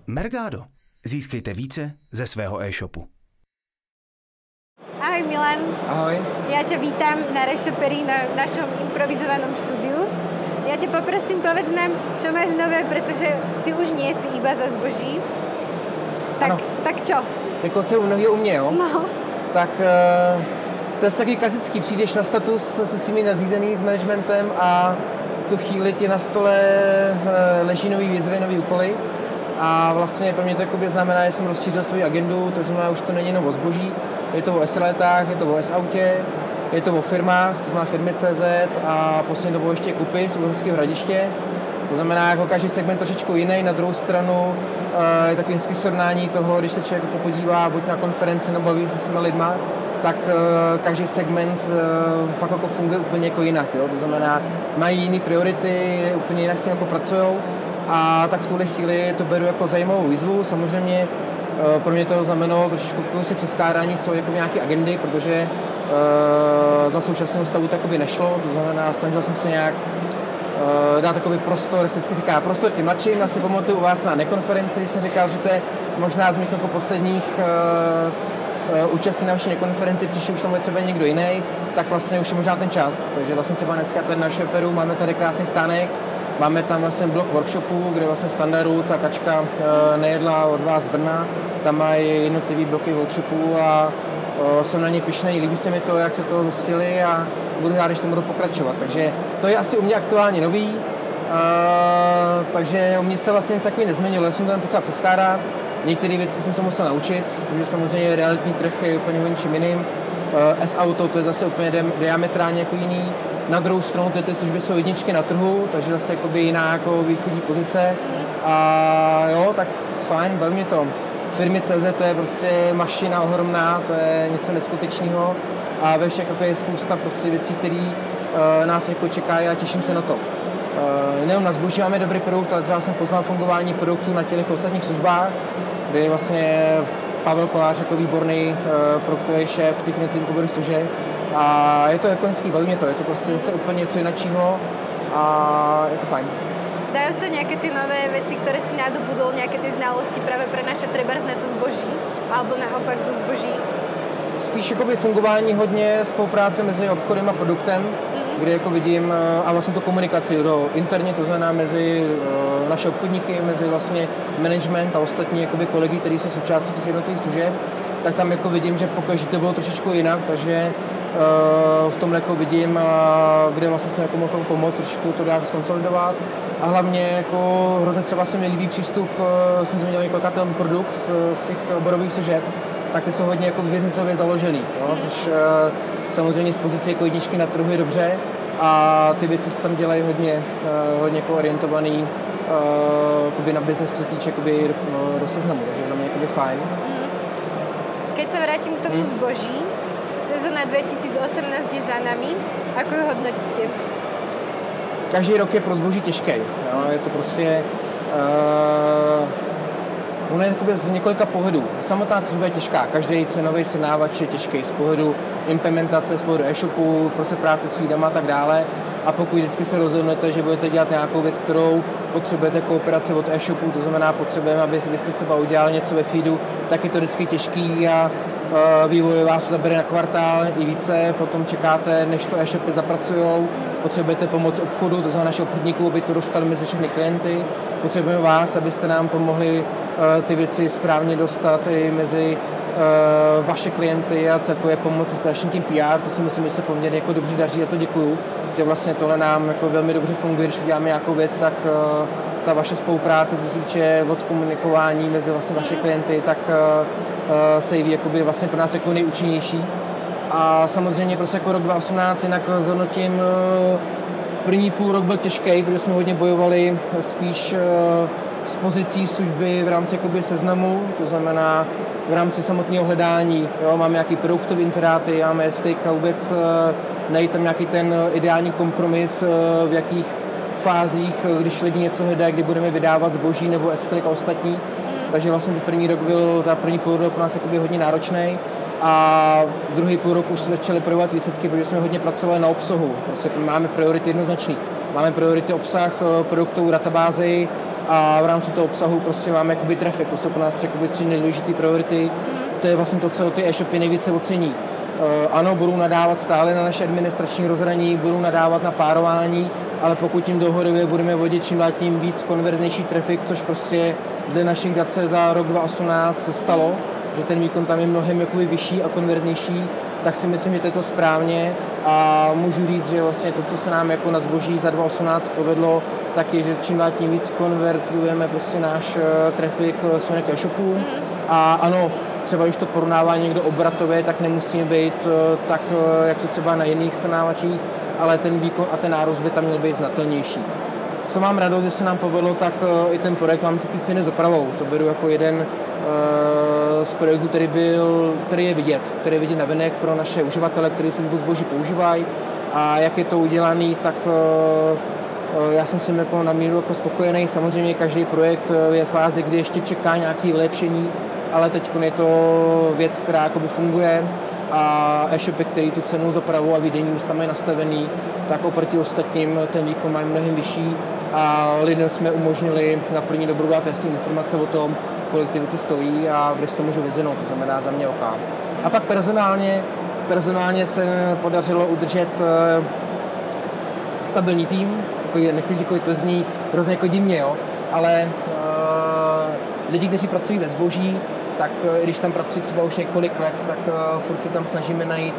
Mergado. Získejte více ze svého e-shopu. Ahoj Milan. Ahoj. Ja ťa vítam na Reshoperi, na našom improvizovanom štúdiu. Ja ťa poprosím, povedz nám, čo máš nové, pretože ty už nie si iba za zboží. Tak čo? Jako co nový u mě, jo? No. Tak to je taky klasický. Přijdeš na status se svými nadřízenými, s managementem a v tu chvíli ti na stole leží nový výzvy, nový úkoly. A vlastně pro mě to znamená, že jsem rozšířil svou agendu, to znamená, už to není jenom o zboží, je to o SLetách, je to o S-autě, je to o firmách, to znamená firmy.cz a poslední dobou ještě kupy z Uherského Hradiště. To znamená, jako každý segment trošičku jiný, na druhou stranu je takový hezký srovnání toho, když se člověk jako podívá buď na konferenci nebo baví se s těmi lidma, tak každý segment fakt jako funguje úplně jako jinak. Jo? To znamená, mají jiné priority, úplně jinak s tím jako pracujou. A tak v tuhle chvíli to beru jako zajímavou výzvu. Samozřejmě pro mě to znamenalo trošičku si přeskládání svoje jako nějaké agendy, protože za současného stavu to nešlo. To znamená, snažil jsem se nějak dát takový prostor, se vždycky říká prostor těm mladším. Já si pamatuju u vás na nekonferenci, jsem říkal, že to je možná z mých jako posledních účastí na vaší nekonferenci, přišel už tam třeba někdo jiný, tak vlastně už je možná ten čas. Takže vlastně třeba dneska tady na Shoperu máme tady krásný stánek. Máme tam vlastně blok workshopu, kde vlastně standardu, Kačka nejedla od vás z Brna. Tam mají jednotlivý bloky workshopu a jsem na ně pyšnej. Líbí se mi to, jak se to zjistili a budu rád, když to budu pokračovat. Takže to je asi u mě aktuálně nový. Takže u mě se vlastně nic takový nezměnilo. Já jsem tam potřeba přeskládat. Některé věci jsem se musel naučit, protože samozřejmě realitní trh je úplně o něčím jiným. S-auto, to je zase úplně diametrálně jako jiný. Na druhou stranu ty služby jsou jedničky na trhu, takže zase jiná jako východní pozice. A jo, tak fajn, baví mě to. Firmy.cz to je prostě mašina ohromná, to je něco neskutečného. A ve všech je spousta prostě věcí, které nás jako čekají a těším se na to. Nejenom na zboží máme dobrý produkt, ale třeba jsem poznal fungování produktů na těch ostatních službách, kde je vlastně Pavel Kolář jako výborný produktový šéf těch jednotlivých oborů služeb. A je to jako hezký, baví mě to, je to prostě zase úplně něco jiného a je to fajn. Dajú sa nejaké tie nové veci, ktoré si nadobudol, nejaké tie znalosti práve prenašať trebárs na to zboží? Alebo naopak zo zboží? Spíš fungování hodně spolupráce mezi obchodem a produktem, kde jako vidím a vlastně tu komunikaci interně, to znamená mezi naše obchodníky, mezi vlastně management a ostatní kolegy, kteří jsou součástí těch jednotlivých služeb, tak tam vidím, že pokaždé to bylo trošičku jinak, takže v tomhle vidím, kde vlastně jsem mohl pomoct trošičku to dát zkonsolidovat a hlavně hrozně třeba se mi líbí přístup, jsem zmínil ten produkt z těch oborových služeb, tak ty jsou hodně businessově založený, jo? Což samozřejmě z pozice jedničky na trhu je dobře a ty věci se tam dělají hodně orientovaný na business, co se týče do seznamu, takže za mě fajn. Keď sa vrátim k tomu zboží, sezóna 2018 je za nami, ako ju hodnotíte? Každý rok je pro zboží těžký, jo? Je to prostě ono je z několika pohledů. Samotná služba je těžká, každý cenový srovnávač je těžký z pohledu implementace, z pohledu e-shopu, prostě práce s feedama a tak dále. A pokud vždycky se rozhodnete, že budete dělat nějakou věc, kterou potřebujete kooperaci od e-shopu, to znamená potřebujeme, aby jste třeba udělali něco ve feedu, tak je to vždycky těžký a vývoj vás zabere na kvartál i více, potom čekáte, než to e-shopy zapracujou, potřebujete pomoc obchodu, to znamená našich obchodníků, aby to dostali mezi všechny klienty, potřebujeme vás, abyste nám pomohli ty věci správně dostat i mezi vaše klienty a celkově pomoci strašně tím PR, to si myslím, že se poměrně dobře daří a to děkuju, že vlastně tohle nám velmi dobře funguje, když uděláme nějakou věc, tak ta vaše spolupráce, co se týče odkomunikování mezi vlastně vaše klienty, tak se jeví vlastně pro nás nejúčinnější. A samozřejmě prostě rok 2018 jinak zhodnotím, první půl rok byl těžký, protože jsme hodně bojovali spíš z pozicí služby v rámci seznamu, to znamená v rámci samotného hledání. Jo, máme nějaký produktový inzeráty, máme a vůbec najít tam nějaký ten ideální kompromis, v jakých fázích, když lidi něco hledají, kdy budeme vydávat zboží nebo a ostatní. Takže vlastně první půl rok pro nás hodně náročný. A druhý půl roku už se začaly projevovat výsledky, protože jsme hodně pracovali na obsahu. Prostě máme priority jednoznačný. Máme priority obsah, produktovou databázi, a v rámci toho obsahu prostě máme jakoby traffic, to jsou pro nás jakoby 3 nejdůležité priority, to je vlastně to, co ty e-shopy nejvíce ocení. Ano, budou nadávat stále na naše administrační rozhraní, budou nadávat na párování, ale pokud tím dlouhodobě budeme vodit čím dál tím víc konverznější trafik, což prostě dle našich dat se za rok 2018 stalo, že ten výkon tam je mnohem jakoby vyšší a konverznější, tak si myslím, že to je to správně a můžu říct, že vlastně to, co se nám jako na zboží za 2018 povedlo, tak je, že čím dál tím víc konvertujeme prostě náš trafik směrem k e-shopům a ano, třeba když to porovnává někdo obratově, tak nemusíme být tak, jak se třeba na jiných srovnávačích, ale ten výkon a ten nárůst by tam měl být znatelnější. Co mám radost, že se nám povedlo, tak i ten projekt v rámci té ceny s opravou. To beru jako jeden z projektů, který je vidět navenek pro naše uživatele, kteří službu zboží používají. A jak je to udělaný, tak já jsem s tím jako na míru jako spokojený. Samozřejmě každý projekt je v fázi, kdy ještě čeká nějaké vylepšení, ale teď je to věc, která jakoby funguje a e-shopy, který tu cenu s opravou a výdejní místa mají nastavený, tak oproti ostatním ten výkon mají mnohem vyšší a lidem jsme umožnili na první dobrou dát jasný informace o tom, kolik ty věci stojí a kde si to můžu vyzvinout, to znamená za mě oká. A pak personálně se podařilo udržet stabilní tým, jako nechci říct, že to zní hrozně jako divně, jo, ale lidi, kteří pracují ve zboží, tak když tam pracují třeba už několik let, tak furt se tam snažíme najít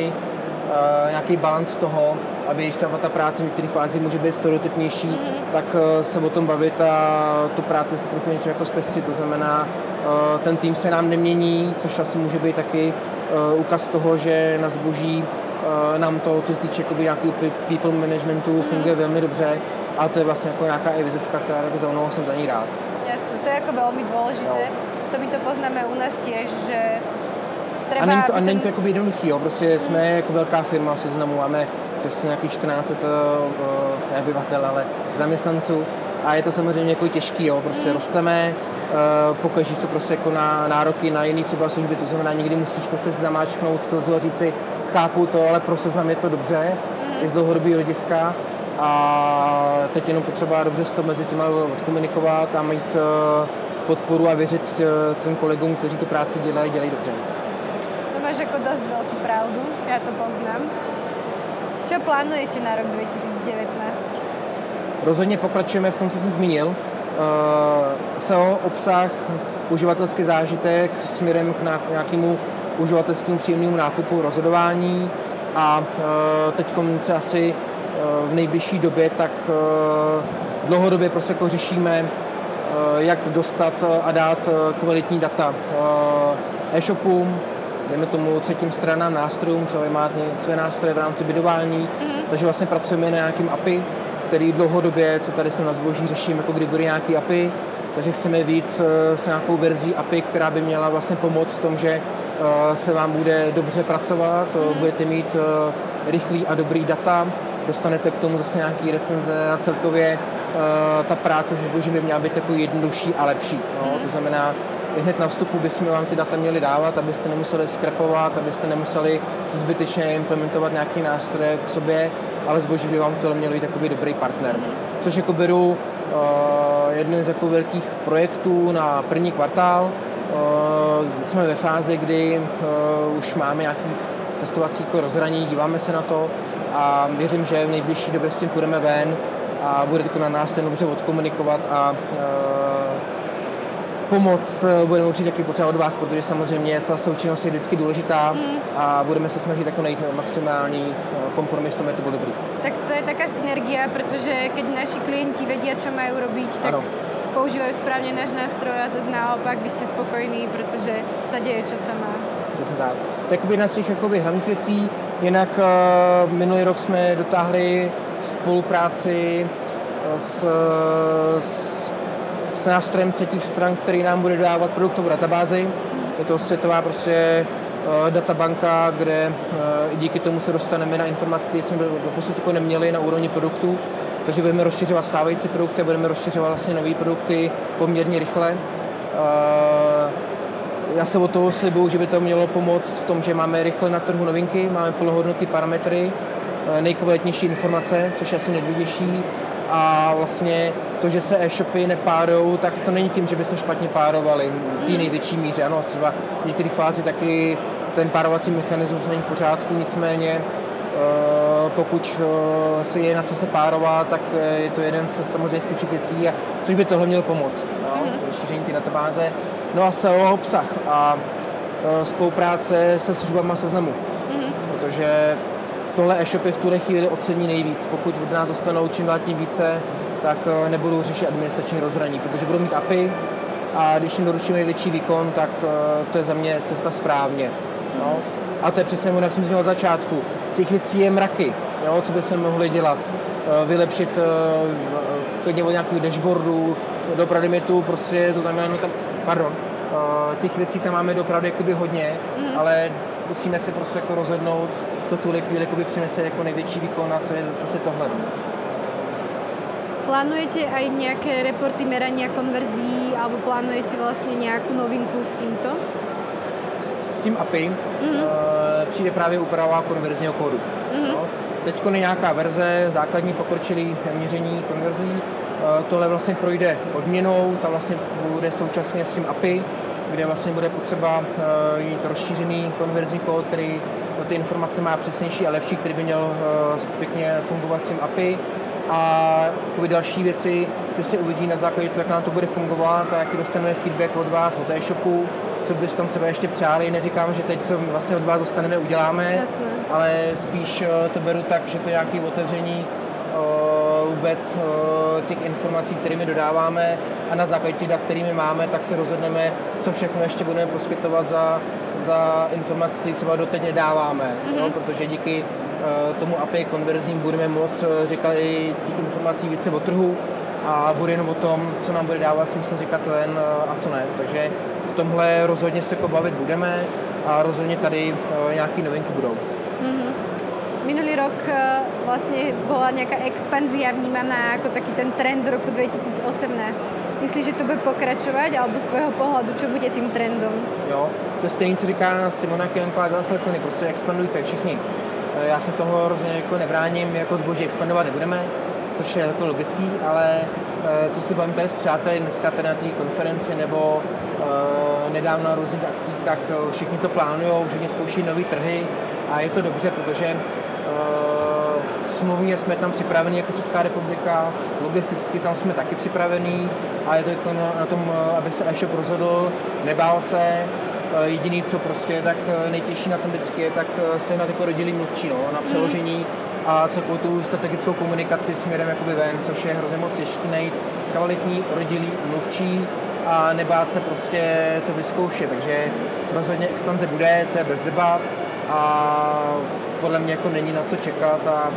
nějaký balans toho, aby když třeba ta práce v některé fázi může být stereotypnější, tak se o tom bavit a tu práci se trochu něčem jako zpestřit. To znamená, ten tým se nám nemění, což asi může být taky ukaz toho, že na zboží nám to, co se týče nějakého people managementu, funguje velmi dobře a to je vlastně jako nějaká i vizitka, která jako za mnou jsem za ní rád. Jasne, to je ako veľmi dôležité. No. To my to poznáme u nás tiež, že treba... A není to jakoby jednoduchý, jo. Prostě jsme jako velká firma v Seznamu, máme přes nějakých 14 obyvatel, ale zaměstnanců a je to samozřejmě jako těžký, jo. Prostě rosteme, pokaždé jsou prostě jako na nároky na jiné třeba služby, to znamená, někdy musíš prostě si zamáčknout slzu a říct si, chápu to, ale pro Seznam je to dobře, je z dlouhodobého hlediska. A teď jenom potřeba dobře se to mezi těma odkomunikovat a mít podporu a věřit těm kolegům, kteří tu práci dělají dobře. To máš jako dost velkou pravdu, já to poznám. Co plánujete na rok 2019? Rozhodně pokračujeme v tom, co jsem zmínil. SEO, obsah, uživatelský zážitek směrem k nějakému uživatelskému příjemnému nákupu, rozhodování a teď se asi v nejbližší době, tak dlouhodobě prostě jako řešíme, jak dostat a dát kvalitní data e-shopům, dejme tomu třetím stranám, nástrojům, třeba máte své nástroje v rámci bidování, takže vlastně pracujeme na nějakým API, který dlouhodobě, co tady jsem na zboží, řeším, jako kdy bude nějaký API, takže chceme víc s nějakou verzí API, která by měla vlastně pomoct v tom, že se vám bude dobře pracovat, budete mít rychlý a dobrý data, dostanete k tomu zase nějaký recenze a celkově ta práce se zbožím by měla být jako jednodušší a lepší. No? To znamená, hned na vstupu bychom vám ty data měli dávat, abyste nemuseli skrapovat, abyste nemuseli si zbytečně implementovat nějaké nástroje k sobě, ale zboží by vám tohle mělo být takový dobrý partner. Což jako beru jeden z jako velkých projektů na první kvartál. Jsme ve fázi, kdy už máme nějaký testovací jako rozhraní, díváme se na to a věřím, že v nejbližší době s tím půjdeme ven a bude to na nás ten dobře odkomunikovat a pomoct. Budeme určitě taky potřeba od vás, protože samozřejmě součinnost je vždycky důležitá a budeme se snažit jako najít maximální kompromis, to by to bylo dobrý. Tak to je taká synergia, protože keď naši klienti vedia, čo majú robiť, tak používajú správne náš nástroj a zase naopak vy ste spokojní, protože sa deje, čo sa má. Přesně tak. To je jedna z těch hlavních věcí. Jinak minulý rok jsme dotáhli spolupráci s nástrojem třetích stran, který nám bude dávat produktovou databázi. Je to světová prostě databanka, kde díky tomu se dostaneme na informace, které jsme doposud jako neměli na úrovni produktů. Takže budeme rozšiřovat stávající produkty, budeme rozšiřovat vlastně nové produkty poměrně rychle. Já se od toho slibuju, že by to mělo pomoct v tom, že máme rychle na trhu novinky, máme plnohodnotné parametry, nejkvalitnější informace, což je asi nejdůležitější. A vlastně to, že se e-shopy nepárujou, tak to není tím, že by se špatně párovaly v té největší míře. Ano, třeba v některých fázích taky ten párovací mechanismus není v pořádku, nicméně pokud se je na co se párovat, tak je to jeden ze samozřejmě z klíčových věcí, což by tohle mělo pomoct, rozšíření té databáze. No a SEO obsah a spolupráce se službama Seznamu, protože tohle e-shopy v tuhle chvíli ocení nejvíc. Pokud od nás dostanou čím dál tím více, tak nebudou řešit administrační rozhraní, protože budou mít API a když jim doručíme větší výkon, tak to je za mě cesta správně. No. A to je přesně ono, jak jsem říkal od začátku. Těch věcí je mraky, jo, co by se mohli dělat. Vylepšit klidně od nějakých dashboardů, dopravdy mi tu prostě, to tam, těch věcí tam máme dopravdy jakoby hodně, ale musíme si prostě jako rozhodnout, co tuhle chvíli jakoby přinese jako největší výkon a to je prostě tohle. Plánujete aj nejaké reporty merania konverzií alebo plánujete vlastne nejakú novinku s týmto? S tím API přijde právě úprava konverzního kódu. No. Teď je nějaká verze, základní pokročilý měření konverzí. Tohle vlastně projde odměnou, ta vlastně bude současně s tím API, kde vlastně bude potřeba jít rozšířený konverzní kód, který ty informace má přesnější a lepší, který by měl pěkně fungovat s tím API. A další věci, ty se uvidí na základě toho, jak nám to bude fungovat a jaký dostaneme feedback od vás, od e-shopu, co byste tam třeba ještě přáli. Neříkám, že teď, co vlastně od vás dostaneme, uděláme, jasné, ale spíš to beru tak, že to je nějaké otevření vůbec těch informací, kterými dodáváme a na základě těch dat, kterými máme, tak se rozhodneme, co všechno ještě budeme poskytovat za informace, které třeba doteď nedáváme, jo? Protože díky tomu API konverzním budeme moct říkat i těch informací více o trhu a bude jenom o tom, co nám bude dávat smysl říkat ven a co ne. Takže v tomhle rozhodně se bavit budeme a rozhodně tady nějaké novinky budou. Minulý rok vlastne bola nejaká expanzia vnímaná ako taký ten trend roku 2018. Myslíš, že to bude pokračovať, alebo z tvojho pohľadu, čo bude tým trendom? Jo, to je stejné, co říká Simona Kyjanková z Salkony, prostě expandujte všichni. Já se toho hrozně jako nebráním, jako zboží expandovat nebudeme, což je jako logický, ale to si bavím tady s přáteli dneska tady na té konferenci nebo nedávno na různých akcích, tak všichni to plánujou, všichni zkouší nový trhy a je to dobře, protože smluvně jsme tam připraveni jako Česká republika, logisticky tam jsme taky připravení a je to jako na tom, aby se e-shop rozhodl, nebál se. Jediný, co prostě tak nejtěžší na tom vždycky je, tak se na takovou rodilý mluvčí, no, na přeložení a celkovou tu strategickou komunikaci směrem jakoby ven, což je hrozně moc těžké najít kvalitní rodilý mluvčí a nebát se prostě to vyzkoušet, takže rozhodně expanze bude, to je bez debat a podle mě jako není na co čekat a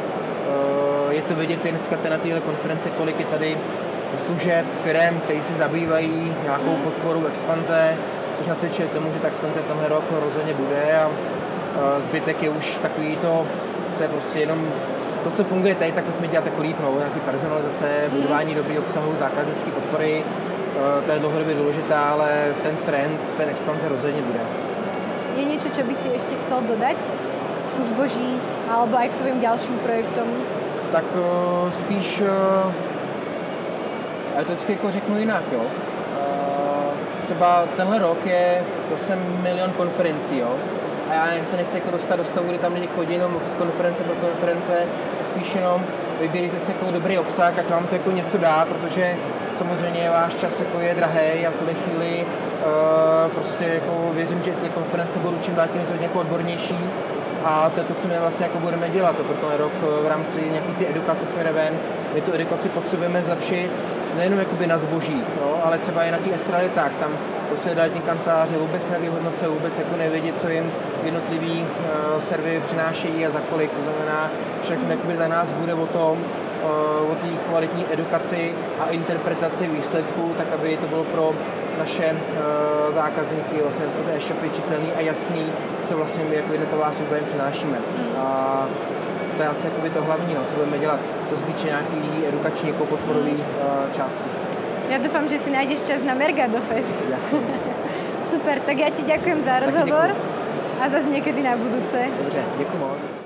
je to vidět dneska na téhle konferenci, kolik je tady služeb, firem, kteří si zabývají nějakou podporu expanze, což nasvědčuje tomu, že ta expanze tenhle rok rozhodně bude a zbytek je už takový to, co je prostě jenom to, co funguje tady, tak pojďme dělat jako líp, no, nějaký personalizace, budování dobrý obsahu, zákaznické podpory, to je dlouhodobě důležitá, ale ten trend, ten expanze rozhodně bude. Je niečo, čo by si ešte chcel dodať ku zboží alebo aj k tvojim ďalším projektom? Tak spíš, já to vždycky jako řeknu jinak, jo. Třeba tenhle rok je zase 1 000 000 konferencí, jo. A já se nechci jako dostat do stavu, kdy tam lidi chodí jenom z konference pro konference, spíš jenom vybírejte si jako dobrý obsah, ať vám to jako něco dá, protože samozřejmě váš čas jako je drahý a v tuhle chvíli prostě jako věřím, že ty konference budou čím dál tím hodně jako odbornější a to je to, co my vlastně jako budeme dělat. To pro ten rok v rámci nějaký ty edukace směrem ven, my tu edukaci potřebujeme zlepšit, nejenom jakoby na zboží, jo, ale třeba i na těch estralitách, tam prostě realitní kanceláře vůbec nevyhodnocují, vůbec jako nevědí, co jim jednotlivý servery přinášejí a za kolik, to znamená, všechno jakoby za nás bude o tom, o té kvalitní edukaci a interpretaci výsledků, tak aby to bylo pro naše zákazníky, vlastně ty e-shopy čitelný a jasný, co vlastně my jako jednotová služba jim přinášíme. A to je asi jakoby to hlavní, no, co budeme dělat, co se týče nějaký edukační jako podporový části. Ja dúfam, že si nájdeš čas na Mergado Fest. Jasně. Super, tak ja ti ďakujem za rozhovor a zase niekedy na budúce. Dobře, děkuji moc.